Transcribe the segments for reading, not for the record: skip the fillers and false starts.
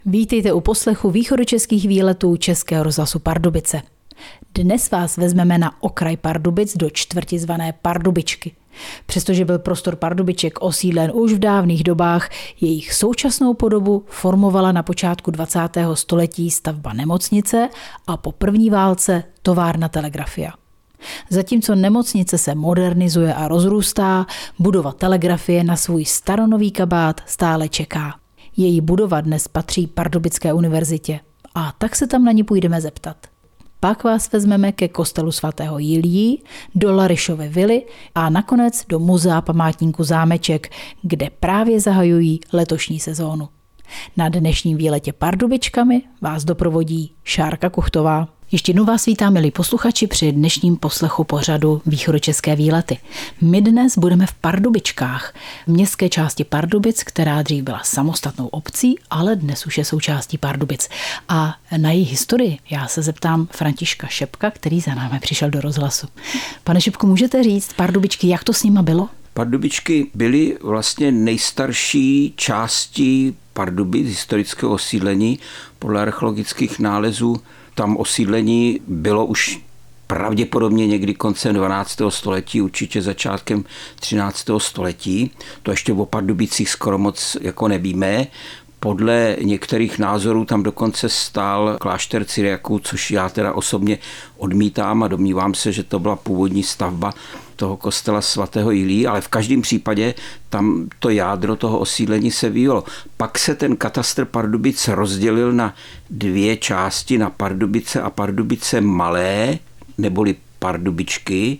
Vítejte u poslechu východočeských výletů Českého rozhlasu Pardubice. Dnes vás vezmeme na okraj Pardubic do čtvrti zvané Pardubičky. Přestože byl prostor Pardubiček osídlen už v dávných dobách, jejich současnou podobu formovala na počátku 20. století stavba nemocnice a po první válce továrna Telegrafia. Zatímco nemocnice se modernizuje a rozrůstá, budova Telegrafie na svůj staronový kabát stále čeká. Její budova dnes patří Pardubické univerzitě a tak se tam na ní půjdeme zeptat. Pak vás vezmeme ke kostelu svatého Jiljí, do Laryšovy vily a nakonec do muzea památníku Zámeček, kde právě zahajují letošní sezónu. Na dnešním výletě Pardubičkami vás doprovodí Šárka Kuchtová. Ještě jednou vás vítám, milí posluchači, při dnešním poslechu pořadu Východočeské výlety. My dnes budeme v Pardubičkách, v městské části Pardubic, která dřív byla samostatnou obcí, ale dnes už je součástí Pardubic. A na její historii já se zeptám Františka Šepka, který za námi přišel do rozhlasu. Pane Šepku, můžete říct Pardubičky, jak to s nima bylo? Pardubičky byly vlastně nejstarší částí Pardubic, historického osídlení. Podle archeologických nálezů tam osídlení bylo už pravděpodobně někdy koncem 12. století, určitě začátkem 13. století. To ještě o Pardubicích skoro moc jako nevíme. Podle některých názorů tam dokonce stál klášter Cyriaků, což já teda osobně odmítám a domnívám se, že to byla původní stavba toho kostela svatého Jiljí, ale v každém případě tam to jádro toho osídlení se vyvíjelo. Pak se ten katastr Pardubic rozdělil na dvě části, na Pardubice a Pardubice malé, neboli Pardubičky,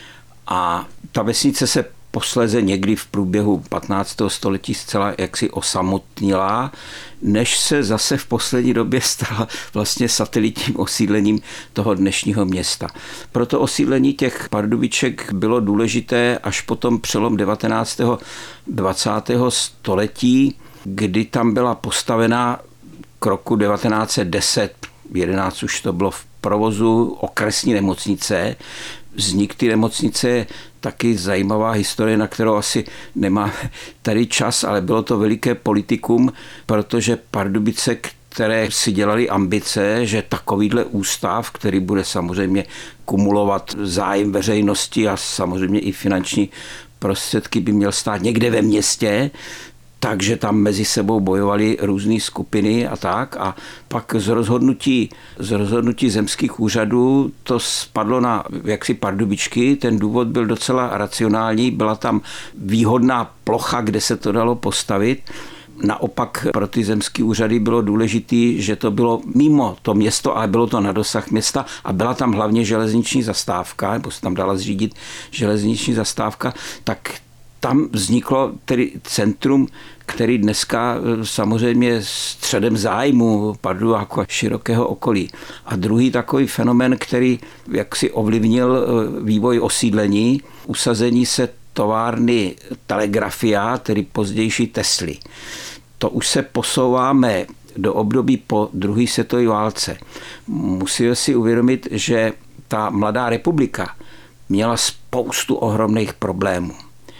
a ta vesnice se posléze někdy v průběhu 15. století zcela jaksi osamotnila, než se zase v poslední době stala vlastně satelitním osídlením toho dnešního města. Proto osídlení těch Pardubiček bylo důležité až potom přelom 19. 20. století, kdy tam byla postavena k roku 1910, 11 už to bylo v provozu, okresní nemocnice. Vznik ty nemocnice je taky zajímavá historie, na kterou asi nemá tady čas, ale bylo to veliké politikum, protože Pardubice, které si dělali ambice, že takovýhle ústav, který bude samozřejmě kumulovat zájem veřejnosti a samozřejmě i finanční prostředky, by měl stát někde ve městě, takže tam mezi sebou bojovali různé skupiny a tak. A pak z rozhodnutí zemských úřadů to spadlo na jaksi Pardubičky. Ten důvod byl docela racionální. Byla tam výhodná plocha, kde se to dalo postavit. Naopak pro ty zemské úřady bylo důležité, že to bylo mimo to město, ale bylo to na dosah města a byla tam hlavně železniční zastávka, nebo se tam dala zřídit železniční zastávka, tak tam vzniklo tedy centrum, který dneska samozřejmě středem zájmu Pardubic a širokého okolí. A druhý takový fenomén, který jaksi ovlivnil vývoj osídlení, usazení se továrny Telegrafia, tedy pozdější Tesly. To už se posouváme do období po druhé světové válce. Musíme si uvědomit, že ta mladá republika měla spoustu ohromných problémů.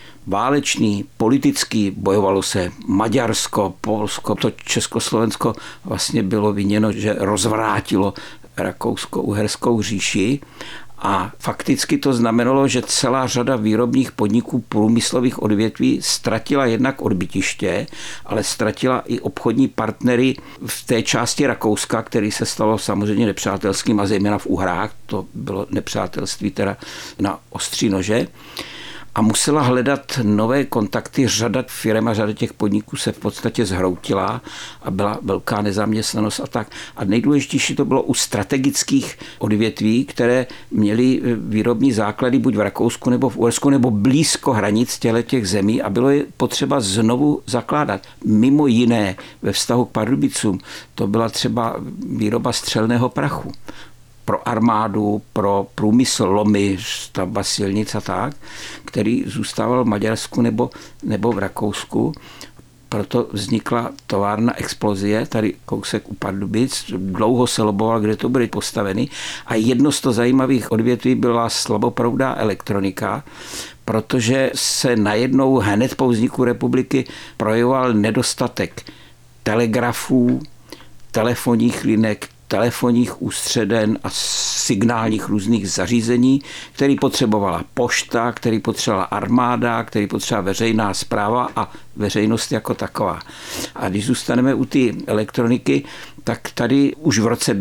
Válečný, politický, bojovalo se Maďarsko, Polsko, to Československo vlastně bylo viněno, že rozvrátilo Rakousko-Uherskou říši a fakticky to znamenalo, že celá řada výrobních podniků průmyslových odvětví ztratila jednak odbytiště, ale ztratila i obchodní partnery v té části Rakouska, který se stalo samozřejmě nepřátelským a zejména v Uhrách, to bylo nepřátelství teda na ostří nože. A musela hledat nové kontakty, řada firem a řada těch podniků se v podstatě zhroutila a byla velká nezaměstnanost a tak. A nejdůležitější to bylo u strategických odvětví, které měly výrobní základy buď v Rakousku nebo v Uhersku nebo blízko hranic těch zemí a bylo je potřeba znovu zakládat. Mimo jiné ve vztahu k Pardubicům to byla třeba výroba střelného prachu. Pro armádu, pro průmysl, lomy, stavba silnic a tak, který zůstával v Maďarsku nebo v Rakousku. Proto vznikla továrna Explozie, tady kousek u Pardubic, dlouho se loboval, kde to bude postaveny. A jedno z toho zajímavých odvětví byla slaboproudá elektronika, protože se najednou hned po vzniku republiky projevoval nedostatek telegrafů, telefonních linek, telefonních ústředen a signálních různých zařízení, který potřebovala pošta, který potřebovala armáda, který potřebovala veřejná správa a veřejnost jako taková. A když zůstaneme u té elektroniky, tak tady už v roce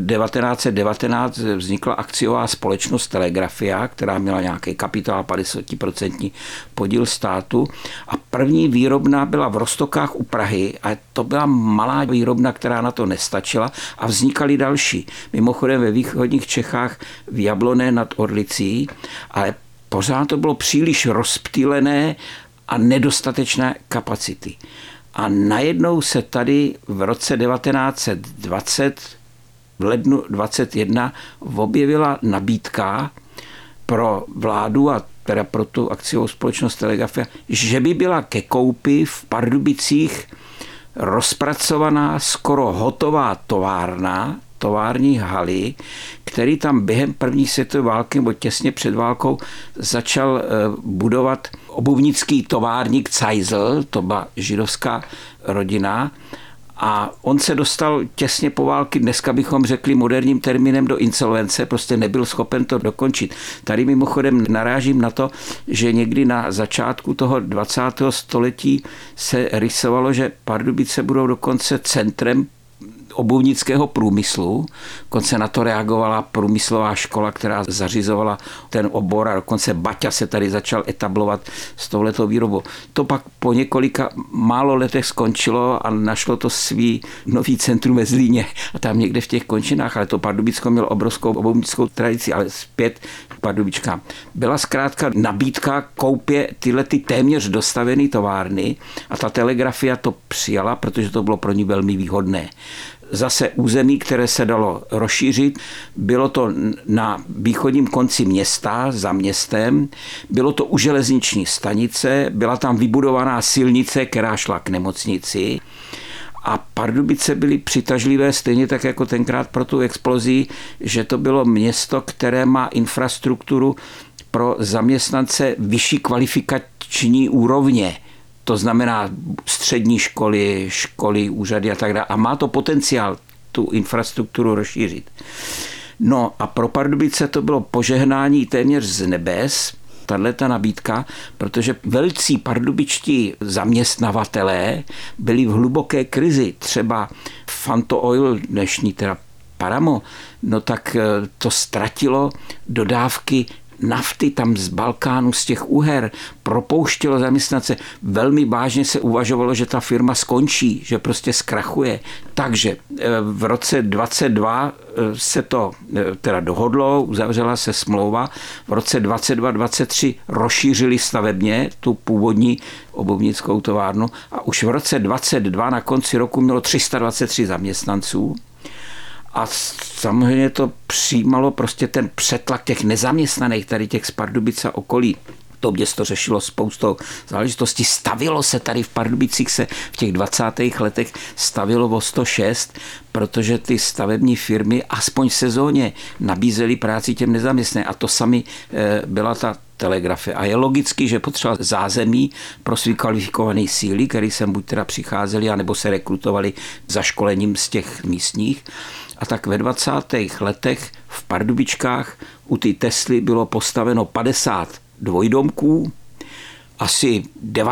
1919 vznikla akciová společnost Telegrafia, která měla nějaký kapitál 50% podíl státu a první výrobna byla v Roztokách u Prahy a to byla malá výrobna, která na to nestačila a vznikaly další. Mimochodem ve východních Čechách v Jablonné nad Orlicí, ale pořád to bylo příliš rozptýlené a nedostatečné kapacity. A najednou se tady v roce 1920, v lednu 21, objevila nabídka pro vládu a teda pro tu akciovou společnost Telegrafia, že by byla ke koupi v Pardubicích rozpracovaná, skoro hotová továrna, tovární haly, který tam během první světové války nebo těsně před válkou začal budovat obuvnický továrník Zeisel, to byla židovská rodina, a on se dostal těsně po války, dneska bychom řekli moderním termínem, do insolvence, prostě nebyl schopen to dokončit. Tady mimochodem narážím na to, že někdy na začátku toho 20. století se rysovalo, že Pardubice budou dokonce centrem obuvnického průmyslu. Dokonce na to reagovala průmyslová škola, která zařizovala ten obor a dokonce Baťa se tady začal etablovat s touhletou výrobou. To pak po několika málo letech skončilo a našlo to svý nový centrum ve Zlíně a tam někde v těch končinách, ale to Pardubicko mělo obrovskou obuvnickou tradici, ale zpět k Pardubičkám. Byla zkrátka nabídka koupě tyhle ty téměř dostavené továrny a ta Telegrafia to přijala, protože to bylo pro ní velmi výhodné. Zase území, které se dalo rozšířit, bylo to na východním konci města, za městem, bylo to u železniční stanice, byla tam vybudovaná silnice, která šla k nemocnici a Pardubice byly přitažlivé stejně tak jako tenkrát pro tu explozii, že to bylo město, které má infrastrukturu pro zaměstnance vyšší kvalifikační úrovně. To znamená střední školy, úřady a tak dále. A má to potenciál tu infrastrukturu rozšířit. No a pro Pardubice to bylo požehnání téměř z nebes, tato nabídka, protože velcí pardubičtí zaměstnavatelé byli v hluboké krizi. Třeba Fanto Oil, dnešní teda Paramo, no tak to ztratilo dodávky nafty tam z Balkánu, z těch Uher, propouštělo zaměstnance. Velmi vážně se uvažovalo, že ta firma skončí, že prostě zkrachuje. Takže v roce 22 se to teda dohodlo, uzavřela se smlouva. V roce 22-23 rozšířili stavebně tu původní obuvnickou továrnu a už v roce 22 na konci roku mělo 323 zaměstnanců. A samozřejmě to přijímalo prostě ten přetlak těch nezaměstnaných, tady těch z Pardubice okolí. To město řešilo spoustou záležitostí. Stavilo se tady v Pardubicích se v těch 20. letech stavilo o 106, protože ty stavební firmy aspoň sezóně nabízely práci těm nezaměstnaným. A to sami byla ta Telegrafie. A je logicky, že potřeba zázemí pro svý kvalifikované síly, které sem buď teda přicházeli, anebo se rekrutovali za školením z těch místních. A tak ve 20. letech v Pardubičkách u té Tesly bylo postaveno 50 dvojdomků, asi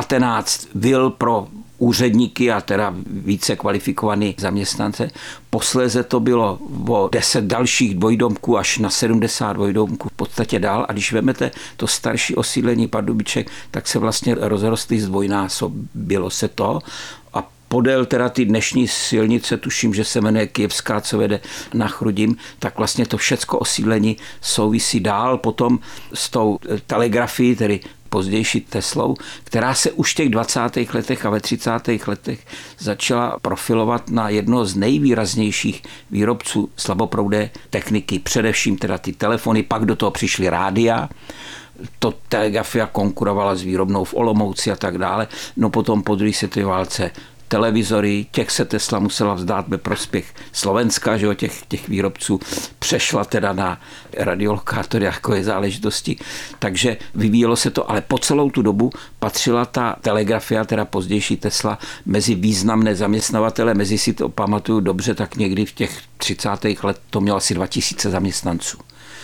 19 vil pro úředníky a teda více kvalifikovaný zaměstnance. Posléze to bylo o 10 dalších dvojdomků až na 70 dvojdomků v podstatě dál. A když vezmete to starší osídlení Pardubiček, tak se vlastně rozrostly zdvojnásobilo se to. A podél teda ty dnešní silnice, tuším, že se jmenuje Kyjevská, co vede na Chrudim, tak vlastně to všecko osídlení souvisí dál potom s tou telegrafií, tedy pozdější Teslou, která se už v těch 20. letech a ve 30. letech začala profilovat na jednoho z nejvýraznějších výrobců slaboproudé techniky, především teda ty telefony, pak do toho přišly rádia, to Telegrafia konkurovala s výrobnou v Olomouci a tak dále. No potom po druhé světové válce televizory, těch se Tesla musela vzdát ve prospěch Slovenska, že jo, těch výrobců, přešla teda na radiolokátory a takové záležitosti, takže vyvíjelo se to, ale po celou tu dobu patřila ta telegrafia, teda pozdější Tesla, mezi významné zaměstnavatele, mezi si to pamatuju dobře, tak někdy v těch 30. let to mělo asi 2000 zaměstnanců.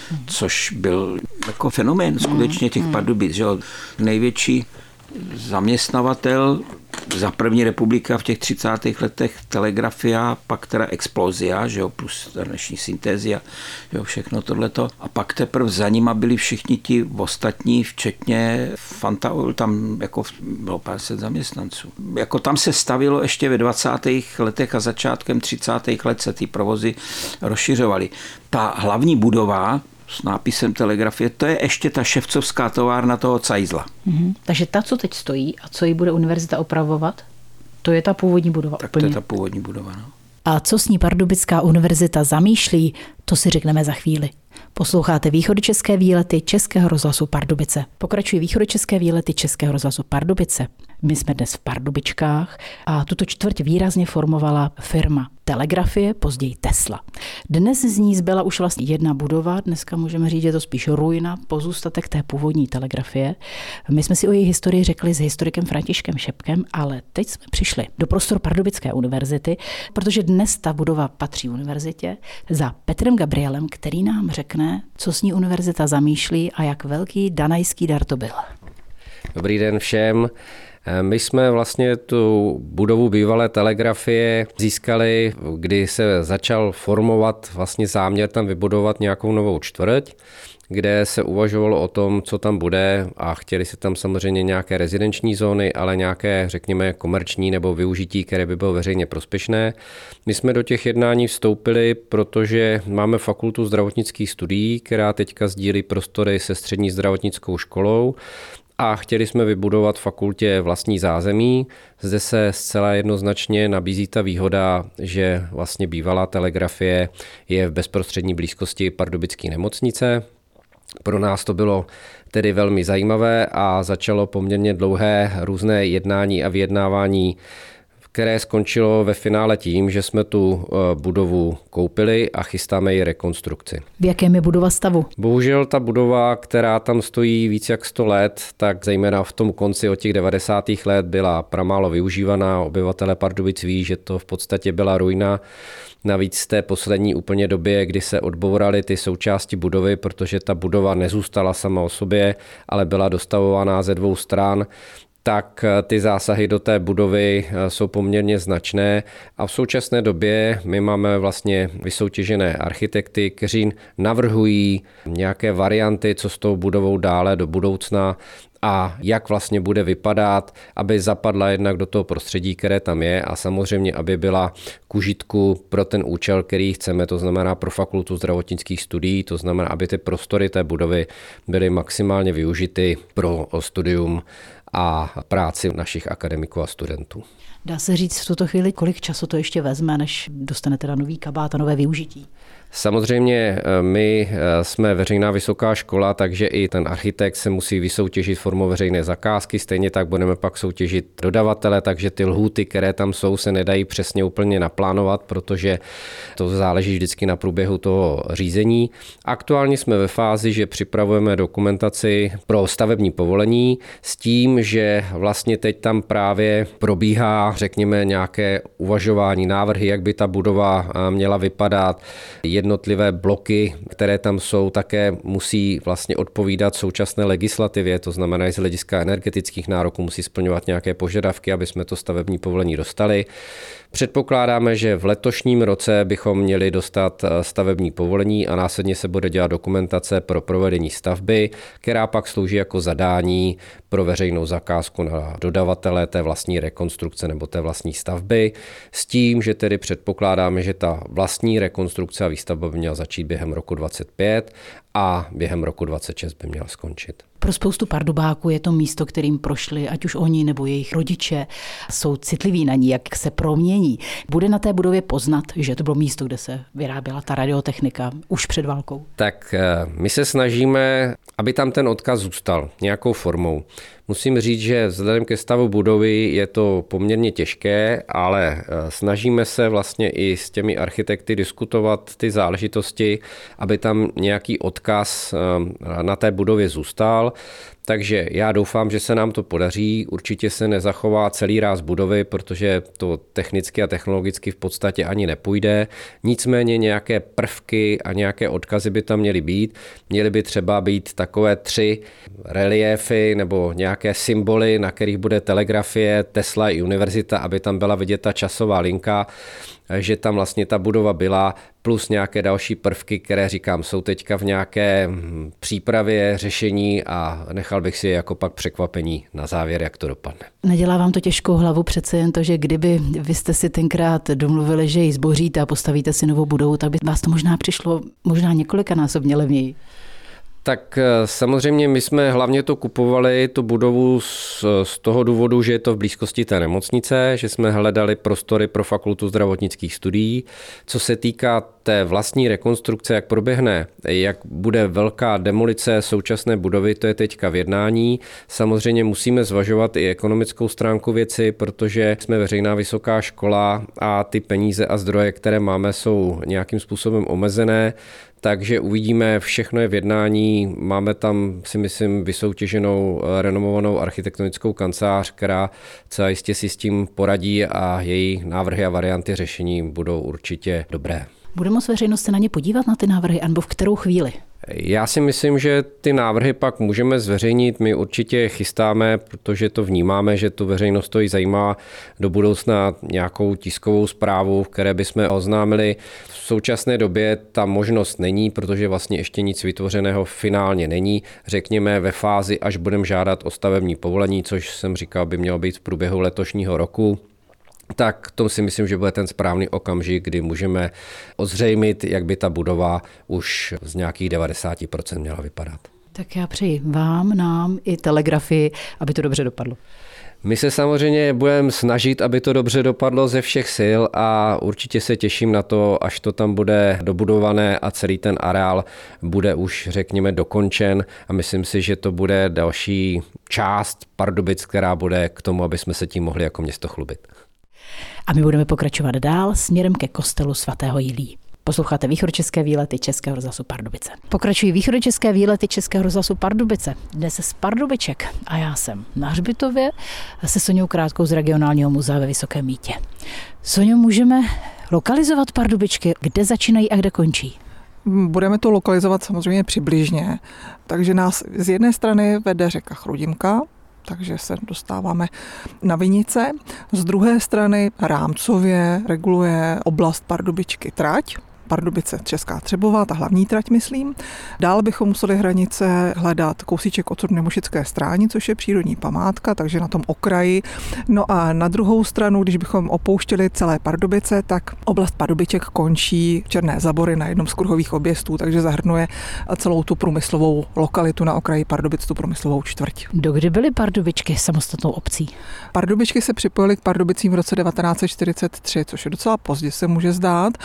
Což byl jako fenomén skutečně těch Pardubic, že jo. Největší zaměstnavatel za první republika v těch 30. letech telegrafia, pak teda Explozia, že jo, plus dnešní Synthesia, že jo, všechno tohleto. A pak teprve za nima byli všichni ti ostatní, včetně Fantaoil, tam jako bylo 50 zaměstnanců. Jako tam se stavilo ještě ve 20. letech a začátkem 30. let se ty provozy rozšiřovaly. Ta hlavní budova s nápisem telegrafie, to je ještě ta ševcovská továrna toho Cajzla. Takže ta, co teď stojí a co ji bude univerzita opravovat, to je ta původní budova. Tak úplně. to je ta původní budova, no. A co s ní Pardubická univerzita zamýšlí, to si řekneme za chvíli. Posloucháte východočeské výlety Českého rozhlasu Pardubice. Pokračují východočeské výlety Českého rozhlasu Pardubice. My jsme dnes v Pardubičkách a tuto čtvrť výrazně formovala firma Telegrafie, později Tesla. Dnes z ní zbyla už vlastně jedna budova, dneska můžeme říct, že je to spíš ruina, pozůstatek té původní telegrafie. My jsme si o její historii řekli s historikem Františkem Šepkem, ale teď jsme přišli do prostoru Pardubické univerzity, protože dnes ta budova patří univerzitě, za Petrem Gabrielem, který nám řekne, co s ní univerzita zamýšlí a jak velký danajský dar to byl. Dobrý den všem. My jsme vlastně tu budovu bývalé telegrafie získali, kdy se začal formovat vlastně záměr tam vybudovat nějakou novou čtvrť, kde se uvažovalo o tom, co tam bude a chtěli se tam samozřejmě nějaké rezidenční zóny, ale nějaké, řekněme, komerční nebo využití, které by bylo veřejně prospěšné. My jsme do těch jednání vstoupili, protože máme fakultu zdravotnických studií, která teďka sdílí prostory se střední zdravotnickou školou, a chtěli jsme vybudovat fakultě vlastní zázemí. Zde se zcela jednoznačně nabízí ta výhoda, že vlastně bývalá telegrafie je v bezprostřední blízkosti pardubické nemocnice. Pro nás to bylo tedy velmi zajímavé a začalo poměrně dlouhé různé jednání a vyjednávání, které skončilo ve finále tím, že jsme tu budovu koupili a chystáme její rekonstrukci. V jakém je budova stavu? Bohužel ta budova, která tam stojí víc jak 100 let, tak zejména v tom konci od těch 90. let byla pramálo využívaná. Obyvatele Pardubic ví, že to v podstatě byla ruina. Navíc v té poslední úplně době, kdy se odbouraly ty součásti budovy, protože ta budova nezůstala sama o sobě, ale byla dostavovaná ze dvou stran, tak ty zásahy do té budovy jsou poměrně značné a v současné době my máme vlastně vysoutěžené architekty, kteří navrhují nějaké varianty, co s tou budovou dále do budoucna a jak vlastně bude vypadat, aby zapadla jednak do toho prostředí, které tam je a samozřejmě, aby byla k užitku pro ten účel, který chceme, to znamená pro fakultu zdravotnických studií, to znamená, aby ty prostory té budovy byly maximálně využity pro studium a práci našich akademiků a studentů. Dá se říct v tuto chvíli, kolik času to ještě vezme, než dostane teda nový kabát a nové využití? Samozřejmě my jsme veřejná vysoká škola, takže i ten architekt se musí vysoutěžit formou veřejné zakázky, stejně tak budeme pak soutěžit dodavatele, takže ty lhůty, které tam jsou, se nedají přesně úplně naplánovat, protože to záleží vždycky na průběhu toho řízení. Aktuálně jsme ve fázi, že připravujeme dokumentaci pro stavební povolení s tím, že vlastně teď tam právě probíhá, řekněme, nějaké uvažování, návrhy, jak by ta budova měla vypadat. Jednotlivé bloky, které tam jsou, také musí vlastně odpovídat současné legislativě, to znamená, že z hlediska energetických nároků musí splňovat nějaké požadavky, aby jsme to stavební povolení dostali. Předpokládáme, že v letošním roce bychom měli dostat stavební povolení a následně se bude dělat dokumentace pro provedení stavby, která pak slouží jako zadání pro veřejnou zakázku na dodavatele té vlastní rekonstrukce nebo té vlastní stavby, s tím, že tedy předpokládáme, že ta vlastní rekonstrukce a výstavba by měla začít během roku 2025 a během roku 2026 by měla skončit. Pro spoustu Pardubáků je to místo, kterým prošli, ať už oni nebo jejich rodiče, jsou citliví na ní, jak se promění. Bude na té budově poznat, že to bylo místo, kde se vyráběla ta radiotechnika už před válkou? Tak my se snažíme, aby tam ten odkaz zůstal nějakou formou. Musím říct, že vzhledem ke stavu budovy je to poměrně těžké, ale snažíme se vlastně i s těmi architekty diskutovat ty záležitosti, aby tam nějaký odkaz na té budově zůstal. Takže já doufám, že se nám to podaří. Určitě se nezachová celý ráz budovy, protože to technicky a technologicky v podstatě ani nepůjde. Nicméně nějaké prvky a nějaké odkazy by tam měly být. Měly by třeba být takové 3 reliéfy nebo nějaké symboly, na kterých bude telegrafie, Tesla i univerzita, aby tam byla vidět ta časová linka, že tam vlastně ta budova byla, plus nějaké další prvky, které říkám, jsou teďka v nějaké přípravě, řešení a nechal bych si je jako pak překvapení na závěr, jak to dopadne. Nedělá vám to těžkou hlavu přece jen to, že kdyby vy jste si tenkrát domluvili, že ji zboříte a postavíte si novou budovu, tak by vás to možná přišlo několikanásobně levněji. Tak samozřejmě my jsme hlavně to kupovali, tu budovu z toho důvodu, že je to v blízkosti té nemocnice, že jsme hledali prostory pro fakultu zdravotnických studií. Co se týká té vlastní rekonstrukce, jak proběhne, jak bude velká demolice současné budovy, to je teďka v jednání. Samozřejmě musíme zvažovat i ekonomickou stránku věci, protože jsme veřejná vysoká škola a ty peníze a zdroje, které máme, jsou nějakým způsobem omezené. Takže uvidíme, všechno je v jednání. Máme tam, si myslím, vysoutěženou renomovanou architektonickou kancelář, která celá jistě si s tím poradí a její návrhy a varianty řešení budou určitě dobré. Bude moct veřejnost se na ně podívat, na ty návrhy, anebo v kterou chvíli? Já si myslím, že ty návrhy pak můžeme zveřejnit. My určitě chystáme, protože to vnímáme, že tu veřejnost to i zajímá, do budoucna nějakou tiskovou zprávu, v které bychom oznámili. V současné době ta možnost není, protože vlastně ještě nic vytvořeného finálně není. Řekněme ve fázi, až budeme žádat o stavební povolení, což jsem říkal, by mělo být v průběhu letošního roku. Tak to si myslím, že bude ten správný okamžik, kdy můžeme ozřejmit, jak by ta budova už z nějakých 90% měla vypadat. Tak já přeji vám, nám i telegrafii, aby to dobře dopadlo. My se samozřejmě budeme snažit, aby to dobře dopadlo ze všech sil a určitě se těším na to, až to tam bude dobudované a celý ten areál bude už, řekněme, dokončen a myslím si, že to bude další část Pardubic, která bude k tomu, aby jsme se tím mohli jako město chlubit. A my budeme pokračovat dál směrem ke kostelu svatého Jilí. Posloucháte východočeské výlety Českého rozhlasu Pardubice. Pokračují východočeské výlety Českého rozhlasu Pardubice. Dnes z Pardubiček a já jsem na hřbitově se Soňou Krátkou z Regionálního muzea ve Vysokém Mýtě. Soňo, můžeme lokalizovat Pardubičky, kde začínají a kde končí? Budeme to lokalizovat samozřejmě přibližně. Takže nás z jedné strany vede řeka Chrudimka, takže se dostáváme na Vinice. Z druhé strany rámcově reguluje oblast Pardubičky trať, Pardubice Česká Třebová, ta hlavní trať, myslím. Dále bychom museli hranice hledat kousíček odsud Nemošické stráni, což je přírodní památka, takže na tom okraji. No a na druhou stranu, když bychom opouštěli celé Pardubice, tak oblast Pardubiček končí Černé Zabory na jednom z kruhových objezdů, takže zahrnuje celou tu průmyslovou lokalitu na okraji Pardubic, tu průmyslovou čtvrť. Dokdy byly Pardubičky samostatnou obcí? Pardubičky se připojily k Pardubicím v roce 1943, což je docela pozdě, se může zdát,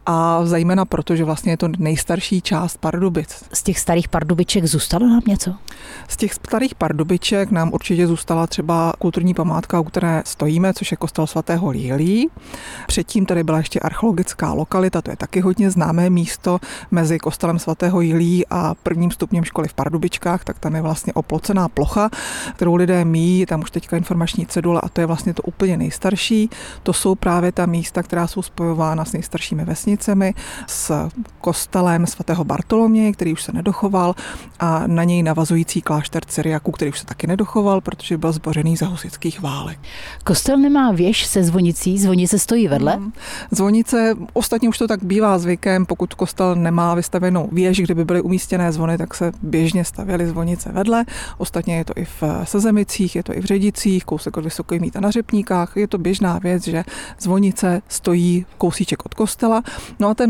a zejména proto, že vlastně je to nejstarší část Pardubic. Z těch starých Pardubiček zůstalo nám něco? Z těch starých Pardubiček nám určitě zůstala třeba kulturní památka, u které stojíme, což je kostel svatého Jilí. Předtím tady byla ještě archeologická lokalita, to je taky hodně známé místo mezi kostelem svatého Jilí a prvním stupněm školy v Pardubičkách, tak tam je vlastně oplocená plocha, kterou lidé míjí, tam už teďka informační cedule a to je vlastně to úplně nejstarší. To jsou právě ta místa, která jsou spojována s nejstaršími vesnicemi, s kostelem svatého Bartoloměje, který už se nedochoval, a na něj navazující klášter Cyriaku, který už se taky nedochoval, protože byl zbořený za husitských válek. Kostel nemá věž se zvonicí, zvonice stojí vedle? Zvonice, ostatně už to tak bývá zvykem, pokud kostel nemá vystavenou věž, kde by byly umístěné zvony, tak se běžně stavěly zvonice vedle. Ostatně je to i v Sezemicích, je to i v Ředicích, kousek od Vysokého Mýta na Řepníkách. Je to běžná věc, že zvonice stojí kousíček od kostela. No a ten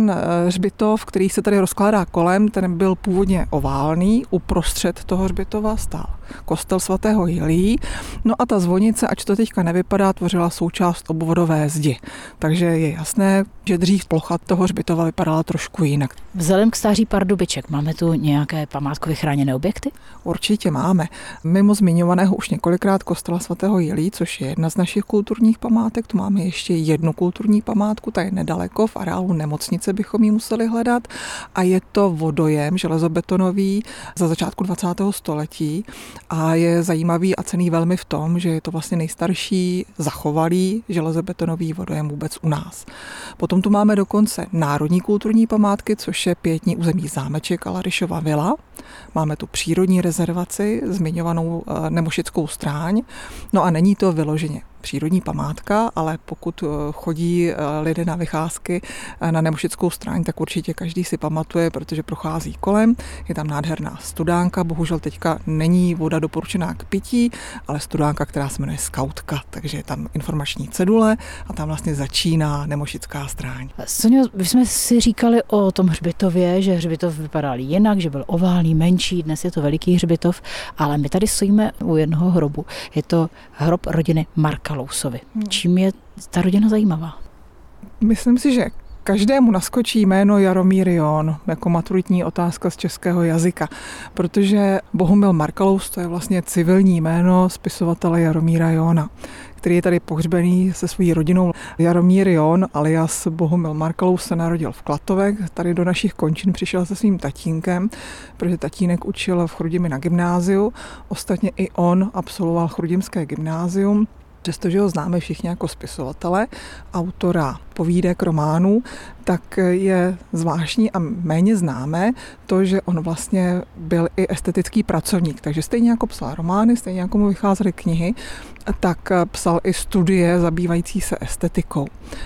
ten hřbitov, který se tady rozkládá kolem, ten byl původně oválný, uprostřed toho hřbitova stál kostel svatého Jilí, no a ta zvonice, ač to teďka nevypadá, tvořila součást obvodové zdi. Takže je jasné, že dřív plocha toho hřbitova vypadala trošku jinak. Vzhledem k stáří Pardubiček, máme tu nějaké památkově chráněné objekty? Určitě máme. Mimo zmiňovaného už několikrát kostela svatého Jilí, což je jedna z našich kulturních památek, tu máme ještě jednu kulturní památku, ta je nedaleko, v areálu nemocnice bychom ji museli hledat, a je to vodojem železobetonový za začátku 20. století a je zajímavý a cenný velmi v tom, že je to vlastně nejstarší zachovalý železobetonový vodojem vůbec u nás. Potom tu máme dokonce národní kulturní památky, což je pietní území zámeček a Laryšova vila. Máme tu přírodní rezervaci, zmiňovanou Nemošickou stráň. No a není to vyloženě přírodní památka, ale pokud chodí lidé na vycházky na Nemošickou stráň, tak určitě každý si pamatuje, protože prochází kolem. Je tam nádherná studánka, bohužel teďka není voda doporučená k pití, ale studánka, která se jmenuje Skautka, takže je tam informační cedule a tam vlastně začíná Nemošická stráň. Soňo, my jsme si říkali o tom hřbitově, že hřbitov vypadal jinak, že byl oválný, menší, dnes je to veliký hřbitov, ale my tady stojíme u jednoho hrobu. Je to hrob rodiny Markalousovi. Čím je ta rodina zajímavá? Myslím si, že každému naskočí jméno Jaromír John jako maturitní otázka z českého jazyka, protože Bohumil Markalous, to je vlastně civilní jméno spisovatele Jaromíra Johna, který je tady pohřbený se svou rodinou. Jaromír John alias Bohumil Markalous se narodil v Klatovech, tady do našich končin přišel se svým tatínkem, protože tatínek učil v Chrudimi na gymnáziu, ostatně i on absolvoval Chrudimské gymnázium. Přestože ho známe všichni jako spisovatele, autora povídek, románů, tak je zvláštní a méně známé to, že on vlastně byl i estetický pracovník. Takže stejně jako psal romány, stejně jako mu vycházely knihy, tak psal i studie zabývající se estetikou.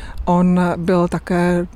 On byl také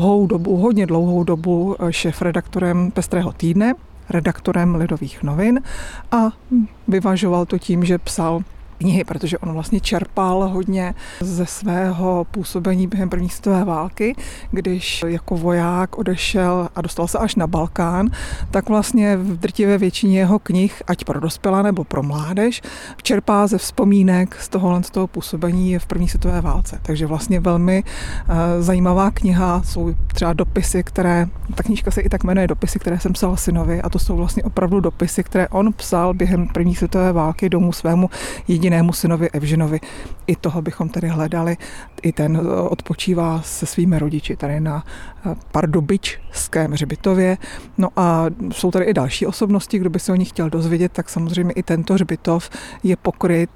hodně dlouhou dobu šéfredaktorem Pestrého týdne, redaktorem Lidových novin a vyvažoval to tím, že psal knihy, protože on vlastně čerpal hodně ze svého působení během první světové války, když jako voják odešel a dostal se až na Balkán, tak vlastně v drtivé většině jeho knih, ať pro dospělé nebo pro mládež, čerpá ze vzpomínek z toho působení v první světové válce. Takže vlastně velmi zajímavá kniha jsou třeba dopisy, ta knížka se i tak jmenuje Dopisy, které jsem psal synovi, a to jsou vlastně opravdu dopisy, které on psal během první světové války domů svému jedinému synovi Evženovi. I toho bychom tady hledali. I ten odpočívá se svými rodiči tady na Pardubičském hřbitově. No a jsou tady i další osobnosti, kdo by se o nich chtěl dozvědět, tak samozřejmě i tento hřbitov je pokryt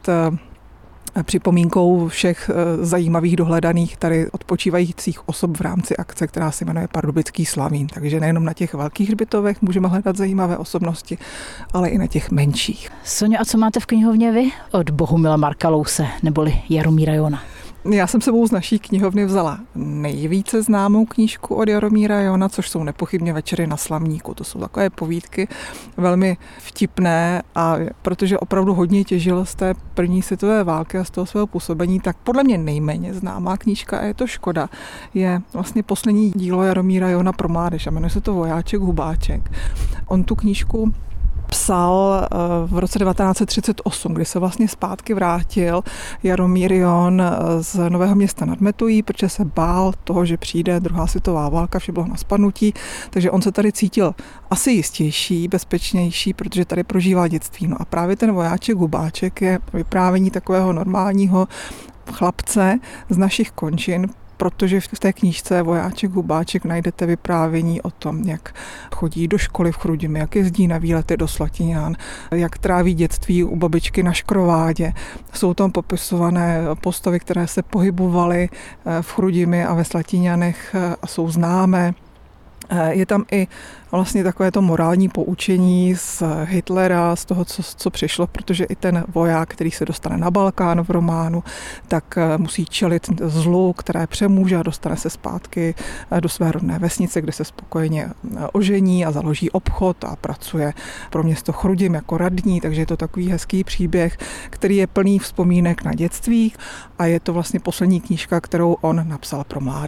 připomínkou všech zajímavých dohledaných tady odpočívajících osob v rámci akce, která se jmenuje Pardubický Slavín. Takže nejenom na těch velkých hřbitovech můžeme hledat zajímavé osobnosti, ale i na těch menších. Soňo, a co máte v knihovně vy od Bohumila Markalouse neboli Jaromíra Johna? Já jsem sebou z naší knihovny vzala nejvíce známou knížku od Jaromíra Johna, což jsou nepochybně Večery na Slamníku. To jsou takové povídky velmi vtipné, a protože opravdu hodně těžil z té první světové války a z toho svého působení, tak podle mě nejméně známá knížka, a je to škoda, je vlastně poslední dílo Jaromíra Johna pro mládež a jmenuje se to Vojáček Hubáček. On tu knížku psal v roce 1938, kdy se vlastně zpátky vrátil Jaromír John z Nového Města nad Metují, protože se bál toho, že přijde druhá světová válka, vše bylo na spadnutí, takže on se tady cítil asi jistější, bezpečnější, protože tady prožíval dětství. No a právě ten Vojáček Hubáček je vyprávění takového normálního chlapce z našich končin, protože v té knížce Vojáček Hubáček najdete vyprávění o tom, jak chodí do školy v Chrudimi, jak jezdí na výlety do Slatiňán, jak tráví dětství u babičky na Škrovádě. Jsou tam popisované postavy, které se pohybovaly v Chrudimi a ve Slatiňanech a jsou známé. Je tam i vlastně takové to morální poučení z Hitlera, z toho, co přišlo, protože i ten voják, který se dostane na Balkán v románu, tak musí čelit zlu, které přemůže a dostane se zpátky do své rodné vesnice, kde se spokojeně ožení a založí obchod a pracuje pro město Chrudim jako radní, takže je to takový hezký příběh, který je plný vzpomínek na dětství a je to vlastně poslední knížka, kterou on napsal pro mládež.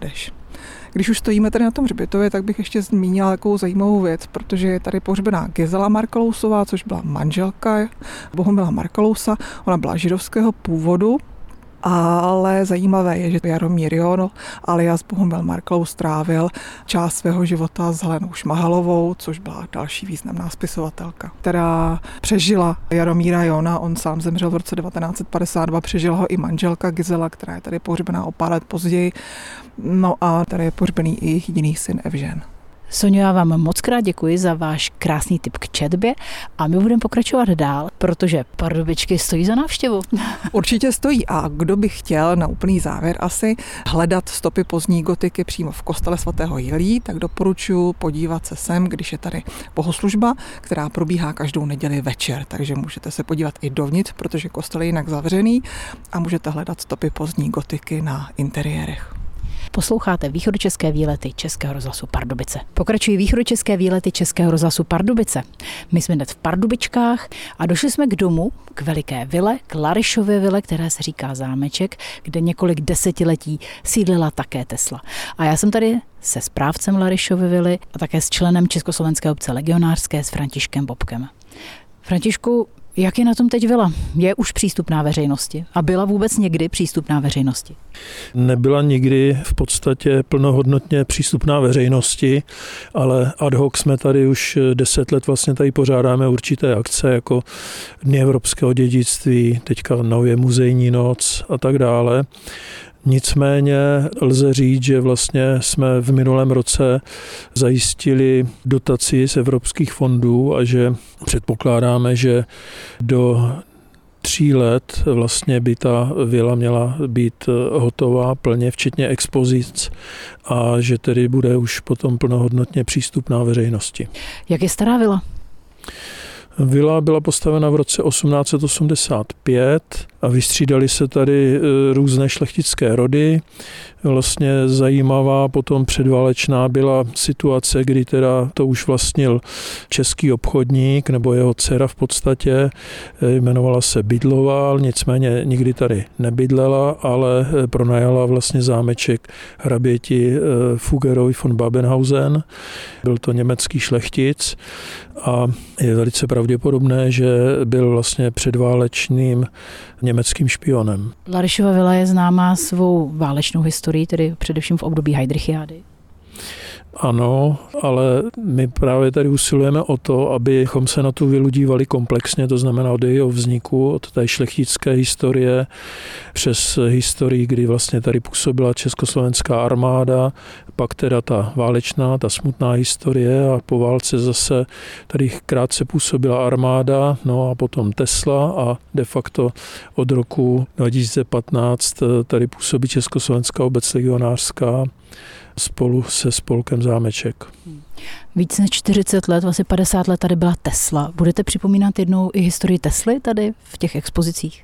Když už stojíme tady na tom hřbitově, tak bych ještě zmínila takovou zajímavou věc, protože je tady pohřbená Gizela Markalousová, což byla manželka Bohumila Markalousa. Ona byla židovského původu, ale zajímavé je, že Jaromír Jonl alias Bohumil Markalous strávil část svého života s Helenou Šmahalovou, což byla další významná spisovatelka, která přežila Jaromíra Jona. On sám zemřel v roce 1952, přežila ho i manželka Gizela, která je tady pohřbená o pár let později. No a tady je pohřbený i jejich jediný syn Evžen. Soňo, já vám moc krát děkuji za váš krásný tip k četbě a my budeme pokračovat dál, protože Pardubičky stojí za návštěvu. Určitě stojí a kdo by chtěl na úplný závěr asi hledat stopy pozdní gotiky přímo v kostele svatého Jilí, tak doporučuji podívat se sem, když je tady bohoslužba, která probíhá každou neděli večer, takže můžete se podívat i dovnitř, protože kostel je jinak zavřený a můžete hledat stopy pozdní gotiky na interiérech. Posloucháte východočeské výlety Českého rozhlasu Pardubice. Pokračují východočeské výlety Českého rozhlasu Pardubice. My jsme hned v Pardubičkách a došli jsme k domu, k veliké vile, k Larišově vile, které se říká Zámeček, kde několik desetiletí sídlila také Tesla. A já jsem tady se správcem Larišovy vily a také s členem Československé obce legionářské s Františkem Bobkem. Františku, jak je na tom teď vila? Je už přístupná veřejnosti? A byla vůbec někdy přístupná veřejnosti? Nebyla nikdy v podstatě plnohodnotně přístupná veřejnosti, ale ad hoc jsme tady už 10 let vlastně tady pořádáme určité akce jako Dny evropského dědictví, teďka nově muzejní noc a tak dále. Nicméně lze říct, že vlastně jsme v minulém roce zajistili dotaci z evropských fondů a že předpokládáme, že do 3 let vlastně by ta vila měla být hotová plně, včetně expozic a že tedy bude už potom plnohodnotně přístupná veřejnosti. Jak je stará vila? Vila byla postavena v roce 1885 a vystřídaly se tady různé šlechtické rody. Vlastně zajímavá potom předválečná byla situace, kdy teda to už vlastnil český obchodník nebo jeho dcera v podstatě, jmenovala se Bydloval, nicméně nikdy tady nebydlela, ale pronajala vlastně zámeček hraběti Fuggerovi von Babenhausen. Byl to německý šlechtic a je velice pravděpodobné, že byl vlastně předválečným německým špionem. Larišova vila je známá svou válečnou historií, tedy především v období Heydrichiády. Ano, ale my právě tady usilujeme o to, abychom se na tu vilu dívali komplexně, to znamená od jejího vzniku, od té šlechtické historie, přes historii, kdy vlastně tady působila československá armáda, pak teda ta válečná, ta smutná historie a po válce zase tady krátce působila armáda, no a potom Tesla a de facto od roku 2015 tady působí Československá obec legionářská spolu se spolkem Zámeček. Víc než 40 let, vlastně 50 let tady byla Tesla. Budete připomínat jednou i historii Tesly tady v těch expozicích?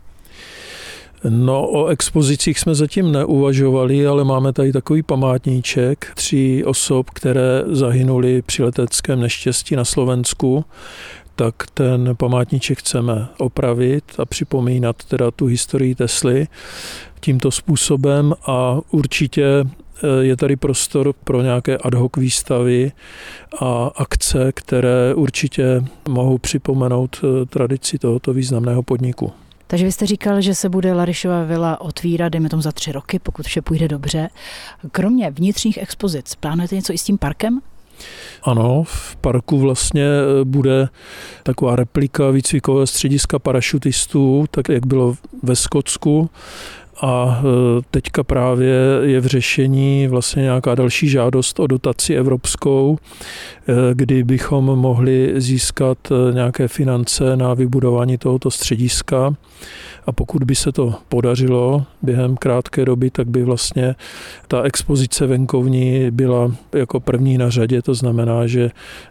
No, o expozicích jsme zatím neuvažovali, ale máme tady takový památníček 3 osob, které zahynuly při leteckém neštěstí na Slovensku. Tak ten památníček chceme opravit a připomínat teda tu historii Tesly tímto způsobem a určitě je tady prostor pro nějaké ad hoc výstavy a akce, které určitě mohou připomenout tradici tohoto významného podniku. Takže vy jste říkal, že se bude Larišova vila otvírat, dejme tomu za 3 roky, pokud vše půjde dobře. Kromě vnitřních expozic, plánujete něco i s tím parkem? Ano, v parku vlastně bude taková replika výcvikového střediska parašutistů, tak jak bylo ve Skotsku. A teďka právě je v řešení vlastně nějaká další žádost o dotaci evropskou, kdy bychom mohli získat nějaké finance na vybudování tohoto střediska. A pokud by se to podařilo během krátké doby, tak by vlastně ta expozice venkovní byla jako první na řadě. To znamená, že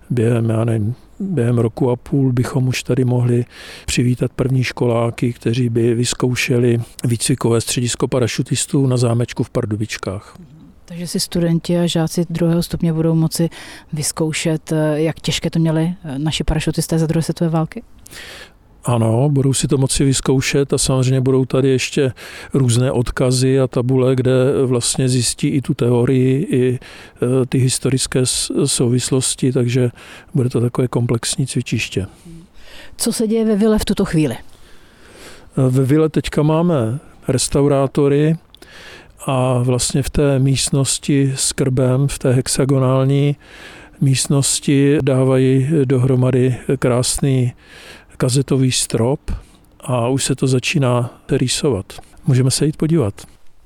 během roku a půl bychom už tady mohli přivítat první školáky, kteří by vyzkoušeli výcvikové středisko parašutistů na zámečku v Pardubičkách. Takže si studenti a žáci 2. stupně budou moci vyzkoušet, jak těžké to měli naši parašutisté za 2. světové války? Ano, budou si to moci vyzkoušet a samozřejmě budou tady ještě různé odkazy a tabule, kde vlastně zjistí i tu teorii, i ty historické souvislosti, takže bude to takové komplexní cvičiště. Co se děje ve vile v tuto chvíli? Ve vile teďka máme restaurátory a vlastně v té místnosti s krbem, v té hexagonální místnosti dávají dohromady krásný kazetový strop a už se to začíná rýsovat. Můžeme se jít podívat.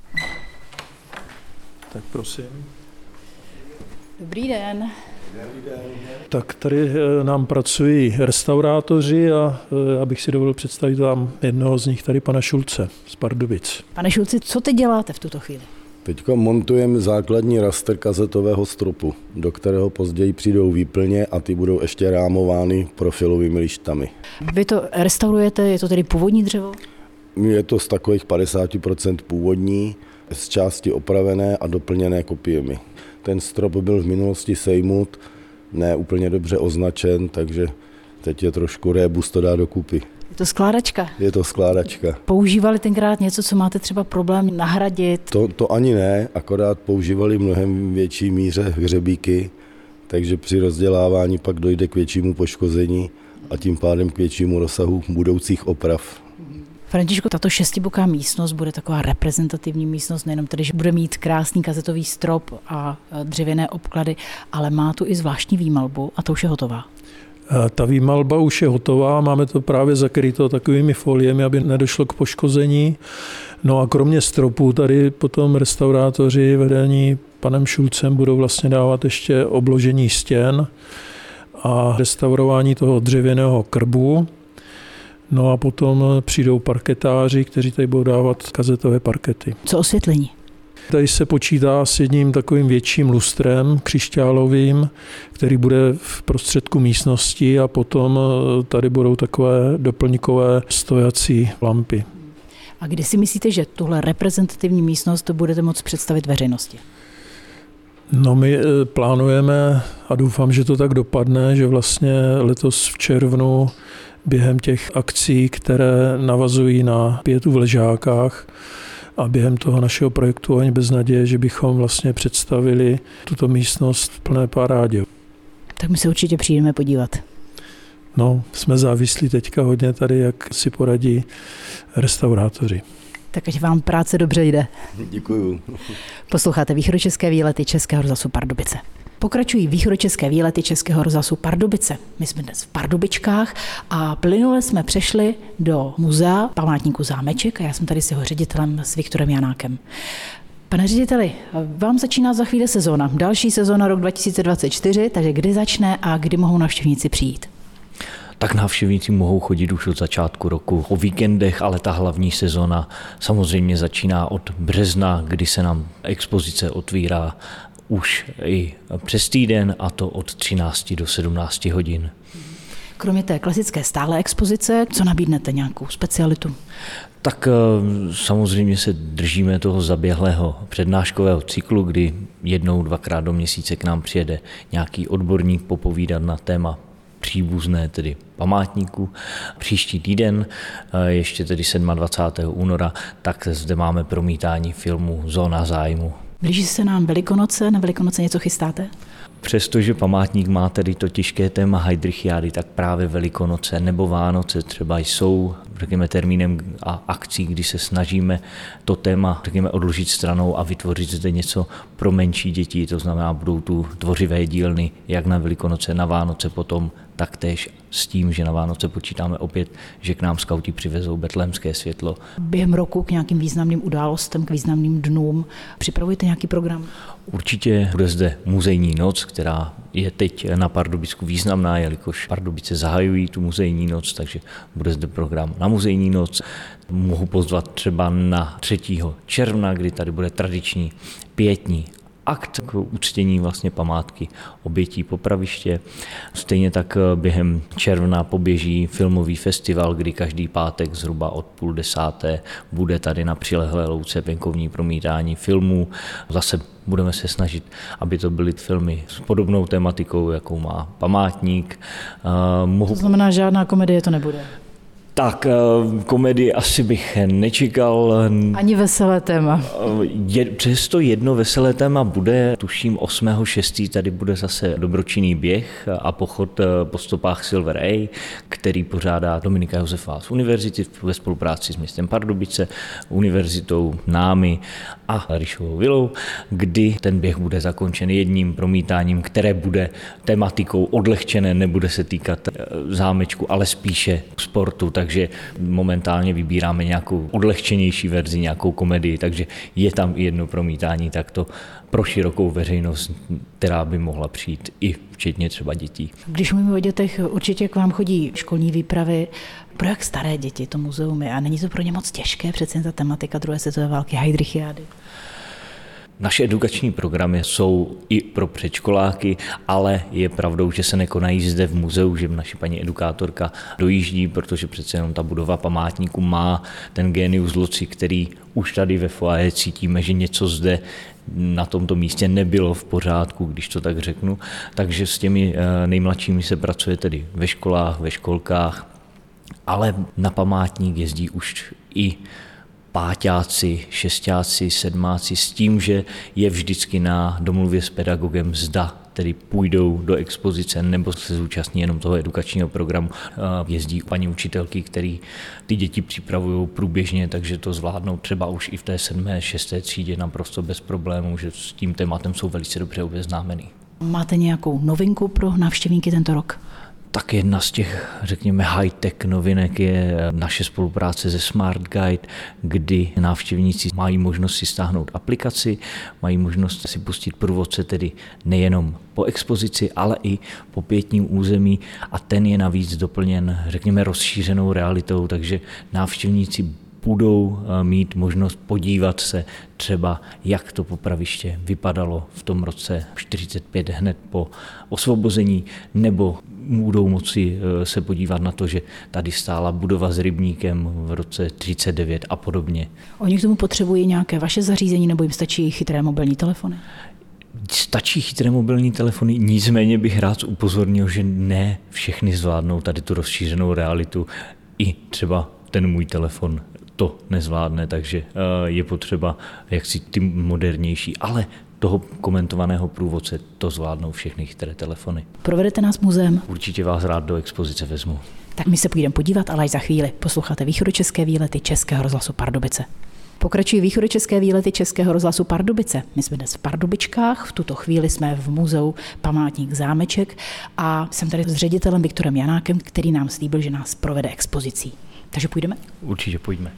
Tak prosím. Dobrý den. Tak tady nám pracují restaurátoři a já bych si dovolil představit vám jednoho z nich, tady pana Šulce z Pardubic. Pane Šulci, co teď děláte v tuto chvíli? Teďka montujeme základní raster kazetového stropu, do kterého později přijdou výplně a ty budou ještě rámovány profilovými lištami. Vy to restaurujete, je to tedy původní dřevo? Je to z takových 50% původní, z části opravené a doplněné kopiemi. Ten strop byl v minulosti sejmut, ne úplně dobře označen, takže teď je trošku rébus to dá dokupy. Je to skládačka? Je to skládačka. Používali tenkrát něco, co máte třeba problém nahradit? To ani ne, akorát používali mnohem větší míře hřebíky, takže při rozdělávání pak dojde k většímu poškození a tím pádem k většímu rozsahu budoucích oprav. Františku, tato šestiboká místnost bude taková reprezentativní místnost, nejenom tedy, že bude mít krásný kazetový strop a dřevěné obklady, ale má tu i zvláštní výmalbu a to už je hotová. Ta výmalba už je hotová, máme to právě zakryto takovými foliemi, aby nedošlo k poškození. No a kromě stropu tady potom restaurátoři vedení panem Šulcem budou vlastně dávat ještě obložení stěn a restaurování toho dřevěného krbu. No a potom přijdou parketáři, kteří tady budou dávat kazetové parkety. Co osvětlení? Tady se počítá s jedním takovým větším lustrem křišťálovým, který bude v prostředku místnosti a potom tady budou takové doplňkové stojací lampy. A kdy si myslíte, že tuhle reprezentativní místnost budete moct představit veřejnosti? No my plánujeme a doufám, že to tak dopadne, že vlastně letos v červnu během těch akcí, které navazují na pietu v Ležákách a během toho našeho projektu Ani bez naděje, že bychom vlastně představili tuto místnost v plné parádě. Tak my se určitě přijdeme podívat. No, jsme závislí teďka hodně tady, jak si poradí restaurátoři. Tak ať vám práce dobře jde. Děkuju. Posloucháte východočeské výlety Českého rozhlasu Pardubice. Pokračují východočeské výlety Českého rozhlasu Pardubice. My jsme dnes v Pardubičkách a plynule jsme přešli do muzea památníku Zámeček a já jsem tady s jeho ředitelem, s Viktorem Janákem. Pane řediteli, vám začíná za chvíli sezóna. Další sezóna rok 2024, takže kdy začne a kdy mohou návštěvníci přijít? Tak návštěvníci mohou chodit už od začátku roku o víkendech, ale ta hlavní sezóna samozřejmě začíná od března, kdy se nám expozice otvírá už i přes týden, a to od 13 do 17 hodin. Kromě té klasické stále expozice, co nabídnete, nějakou specialitu? Tak samozřejmě se držíme toho zaběhlého přednáškového cyklu, kdy jednou, dvakrát do měsíce k nám přijede nějaký odborník popovídat na téma příbuzné, tedy památníku. Příští týden, ještě tedy 27. února, tak zde máme promítání filmu Zóna zájmu. Blíží se nám Velikonoce, na Velikonoce něco chystáte? Přestože památník má tedy to těžké téma Heidrichiády, tak právě Velikonoce nebo Vánoce třeba jsou, řekněme, termínem a akcí, kdy se snažíme to téma, řekněme, odložit stranou a vytvořit zde něco pro menší děti. To znamená, budou tu tvořivé dílny, jak na Velikonoce, na Vánoce potom, taktéž s tím, že na Vánoce počítáme opět, že k nám skauti přivezou betlémské světlo. Během roku k nějakým významným událostem, k významným dnům připravujete nějaký program? Určitě bude zde muzejní noc, která je teď na Pardubicku významná, jelikož Pardubice zahajují tu muzejní noc, takže bude zde program na muzejní noc. Mohu pozvat třeba na 3. června, kdy tady bude tradiční pietní akt k uctění vlastně památky obětí popraviště. Stejně tak během června poběží filmový festival, kdy každý pátek zhruba od 9:30 bude tady na přilehlé louce venkovní promítání filmů. Zase budeme se snažit, aby to byly filmy s podobnou tematikou, jakou má památník. To znamená, žádná komedie to nebude? Tak, komedii asi bych nečekal. Ani veselé téma. Přesto jedno veselé téma bude, tuším 8.6. tady bude zase dobročinný běh a pochod po stopách Silver A, který pořádá Dominika Josefa z univerzity ve spolupráci s městem Pardubice, univerzitou, námi a Ryšovou vilou, kdy ten běh bude zakončen jedním promítáním, které bude tematikou odlehčené, nebude se týkat zámečku, ale spíše sportu, takže momentálně vybíráme nějakou odlehčenější verzi, nějakou komedii, takže je tam i jedno promítání takto pro širokou veřejnost, která by mohla přijít i včetně třeba dětí. Když mluvíme o dětech, určitě k vám chodí školní výpravy. Pro jak staré děti to muzeum je a není to pro ně moc těžké, přece ta tematika druhé světové války, Heydrichiády? Naše edukační programy jsou i pro předškoláky, ale je pravdou, že se nekonají zde v muzeu, že naše paní edukátorka dojíždí, protože přece jenom ta budova památníku má ten genius loci, který už tady ve foyer cítíme, že něco zde na tomto místě nebylo v pořádku, když to tak řeknu. Takže s těmi nejmladšími se pracuje tedy ve školách, ve školkách, ale na památník jezdí už i páťáci, šestáci, sedmáci s tím, že je vždycky na domluvě s pedagogem, zda tedy půjdou do expozice nebo se zúčastní jenom toho edukačního programu. Jezdí paní učitelky, který ty děti připravují průběžně, takže to zvládnou třeba už i v té 7., 6. třídě naprosto bez problémů, že s tím tématem jsou velice dobře obeznámení. Máte nějakou novinku pro návštěvníky tento rok? Tak jedna z těch, řekněme, high-tech novinek je naše spolupráce se Smart Guide, kdy návštěvníci mají možnost si stáhnout aplikaci, mají možnost si pustit průvodce tedy nejenom po expozici, ale i po pietním území a ten je navíc doplněn, řekněme, rozšířenou realitou, takže návštěvníci budou mít možnost podívat se třeba, jak to popraviště vypadalo v tom roce 45 hned po osvobození, nebo budou moci se podívat na to, že tady stála budova s rybníkem v roce 39 a podobně. Oni k tomu potřebují nějaké vaše zařízení nebo jim stačí chytré mobilní telefony? Stačí chytré mobilní telefony, nicméně bych rád upozornil, že ne všechny zvládnou tady tu rozšířenou realitu. I třeba ten můj telefon to nezvládne, takže je potřeba jaksi ty modernější, ale toho komentovaného průvodce to zvládnou všechny chytré telefony. Provedete nás muzeem? Určitě vás rád do expozice vezmu. Tak my se půjdeme podívat, ale až za chvíli. Posloucháte východočeské výlety Českého rozhlasu Pardubice. Pokračují východočeské výlety Českého rozhlasu Pardubice. My jsme dnes v Pardubičkách, v tuto chvíli jsme v muzeu Památník zámeček a jsem tady s ředitelem Viktorem Janákem, který nám slíbil, že nás provede expozicí. Takže půjdeme? Určitě pojďme.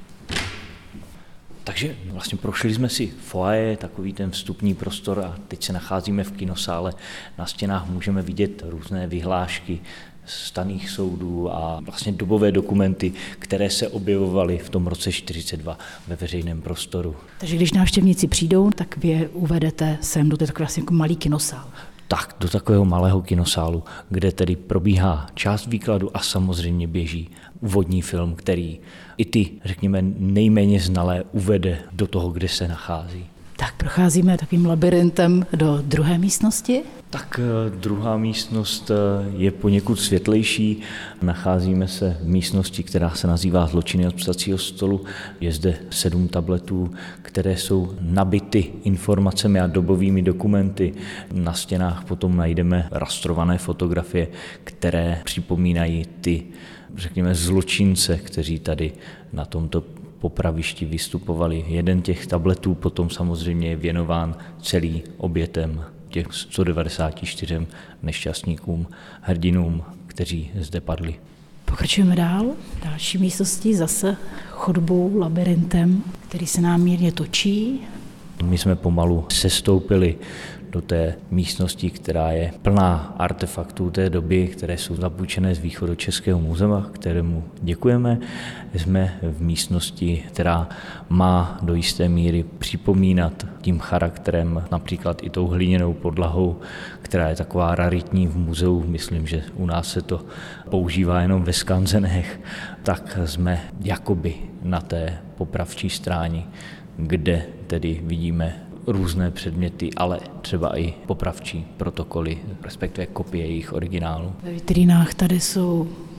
Takže vlastně prošli jsme si foyer, takový ten vstupní prostor a teď se nacházíme v kinosále. Na stěnách můžeme vidět různé vyhlášky stanných soudů a vlastně dobové dokumenty, které se objevovaly v tom roce 42 ve veřejném prostoru. Takže když návštěvníci přijdou, tak vy je uvedete sem do takového vlastně jako malý kinosál. Tak, do takového malého kinosálu, kde tedy probíhá část výkladu a samozřejmě běží úvodní film, který i ty, řekněme, nejméně znalé uvede do toho, kde se nachází. Tak procházíme takovým labirintem do druhé místnosti. Tak druhá místnost je poněkud světlejší. Nacházíme se v místnosti, která se nazývá Zločiny od psacího stolu. Je zde 7 tabletů, které jsou nabity informacemi a dobovými dokumenty. Na stěnách potom najdeme rastrované fotografie, které připomínají ty, řekněme, zločince, kteří tady na tomto popravišti vystupovali. Jeden těch tabletů potom samozřejmě je věnován celý obětem těch 194 nešťastníkům, hrdinům, kteří zde padli. Pokračujeme dál. Další místnosti zase chodbou, labirintem, který se nám mírně točí. My jsme pomalu sestoupili do té místnosti, která je plná artefaktů té doby, které jsou zapůjčené z Východočeského muzea, kterému děkujeme. Jsme v místnosti, která má do jisté míry připomínat tím charakterem, například i tou hliněnou podlahou, která je taková raritní v muzeu. Myslím, že u nás se to používá jenom ve skanzenech. Tak jsme jakoby na té popravčí stráni, kde tedy vidíme různé předměty, ale třeba i popravčí protokoly, respektive kopie jejich originálu. Ve vitrínách tady jsou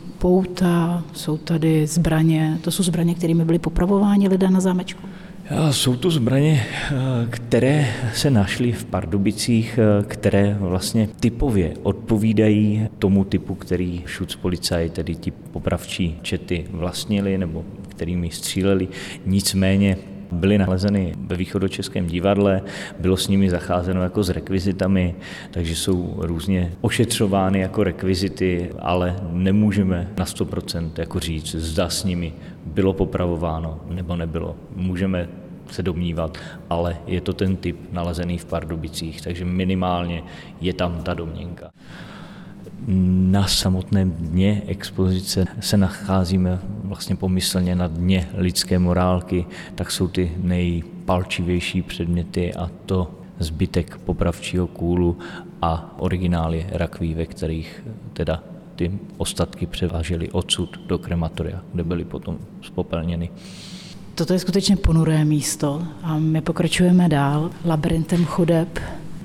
pouta, jsou tady zbraně. To jsou zbraně, kterými byli popravováni lidé na zámečku? Jsou to zbraně, které se našly v Pardubicích, které vlastně typově odpovídají tomu typu, který Schutzpolizei, tedy ti popravčí čety vlastnili nebo kterými stříleli. Nicméně byly nalezeny ve Východočeském divadle, bylo s nimi zacházeno jako s rekvizitami, takže jsou různě ošetřovány jako rekvizity, ale nemůžeme na 100% jako říct, zda s nimi bylo popravováno nebo nebylo. Můžeme se domnívat, ale je to ten typ nalezený v Pardubicích, takže minimálně je tam ta domněnka. Na samotném dně expozice se nacházíme vlastně pomyslně na dně lidské morálky, tak jsou ty nejpalčivější předměty a to zbytek popravčího kůlu a originály rakví, ve kterých teda ty ostatky převážely odsud do krematoria, kde byly potom zpopelněny. Toto je skutečně ponuré místo a my pokračujeme dál labyrintem chodeb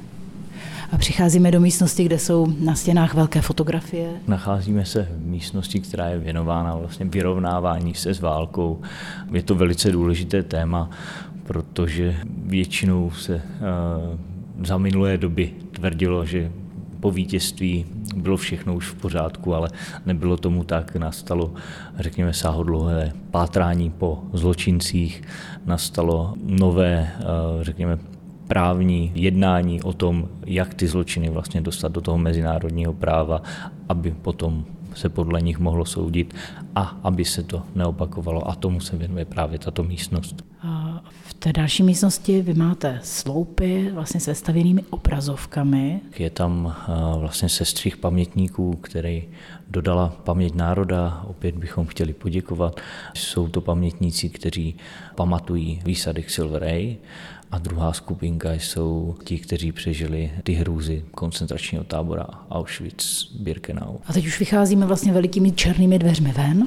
a přicházíme do místnosti, kde jsou na stěnách velké fotografie. Nacházíme se v místnosti, která je věnována vlastně vyrovnávání se s válkou. Je to velice důležité téma, protože většinou se za minulé doby tvrdilo, že po vítězství bylo všechno už v pořádku, ale nebylo tomu tak. Nastalo, řekněme, sáhodlouhé pátrání po zločincích, nastalo nové, řekněme, právní jednání o tom, jak ty zločiny vlastně dostat do toho mezinárodního práva, aby potom se podle nich mohlo soudit a aby se to neopakovalo. A tomu se věnuje právě tato místnost. A v té další místnosti vy máte sloupy vlastně se stavěnými obrazovkami. Je tam vlastně sestřih pamětníků, který dodala Paměť národa. Opět bychom chtěli poděkovat. Jsou to pamětníci, kteří pamatují výsadek Silverey. A druhá skupinka jsou ti, kteří přežili ty hrůzy koncentračního tábora Auschwitz-Birkenau. A teď už vycházíme vlastně velikými černými dveřmi ven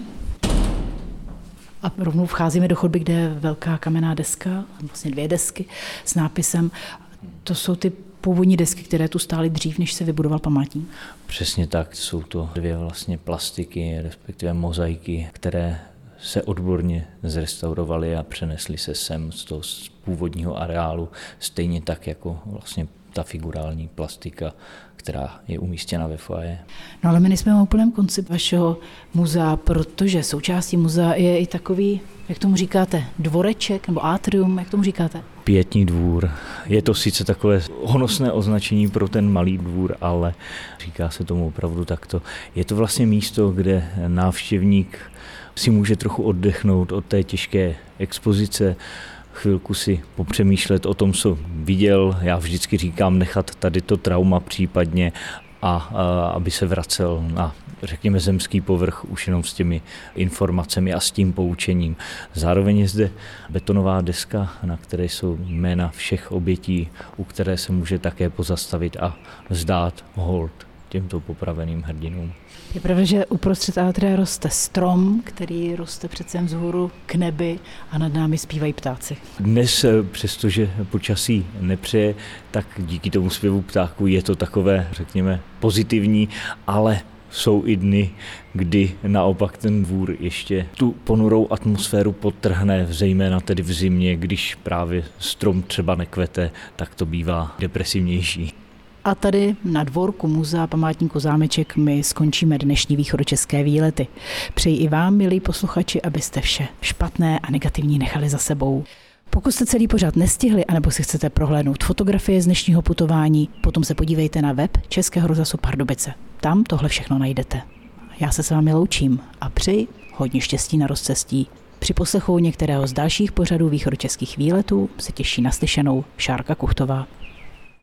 a rovnou vcházíme do chodby, kde je velká kamenná deska, vlastně 2 desky s nápisem. To jsou ty původní desky, které tu stály dřív, než se vybudoval památník. Přesně tak, jsou to 2 vlastně plastiky, respektive mozaiky, které se odborně zrestaurovaly a přenesly se sem z toho původního areálu, stejně tak jako vlastně ta figurální plastika, která je umístěna ve foyer. No ale my nejsme na úplném konci vašeho muzea, protože součástí muzea je i takový, jak tomu říkáte, dvoreček nebo atrium, jak tomu říkáte? Pietní dvůr. Je to sice takové honosné označení pro ten malý dvůr, ale říká se tomu opravdu takto. Je to vlastně místo, kde návštěvník si může trochu oddechnout od té těžké expozice, chvilku si popřemýšlet o tom, co viděl. Já vždycky říkám nechat tady to trauma případně a aby se vracel na, řekněme, zemský povrch už jenom s těmi informacemi a s tím poučením. Zároveň je zde betonová deska, na které jsou jména všech obětí, u které se může také pozastavit a vzdát hold těmto popraveným hrdinům. Je pravda, že uprostřed atria roste strom, který roste přece vzhůru k nebi a nad námi zpívají ptáci. Dnes, přestože počasí nepřeje, tak díky tomu zpěvu ptáků je to takové, řekněme, pozitivní, ale jsou i dny, kdy naopak ten dvůr ještě tu ponurou atmosféru podtrhne, zejména tedy v zimě, když právě strom třeba nekvete, tak to bývá depresivnější. A tady na dvorku muzea památníku Zámeček my skončíme dnešní východočeské výlety. Přeji i vám, milí posluchači, abyste vše špatné a negativní nechali za sebou. Pokud jste celý pořad nestihli, anebo si chcete prohlédnout fotografie z dnešního putování, potom se podívejte na web Českého rozhlasu Pardubice. Tam tohle všechno najdete. Já se s vámi loučím a přeji hodně štěstí na rozcestí. Při poslechu některého z dalších pořadů východočeských výletů se těší naslyšenou Šárka Kuchtová.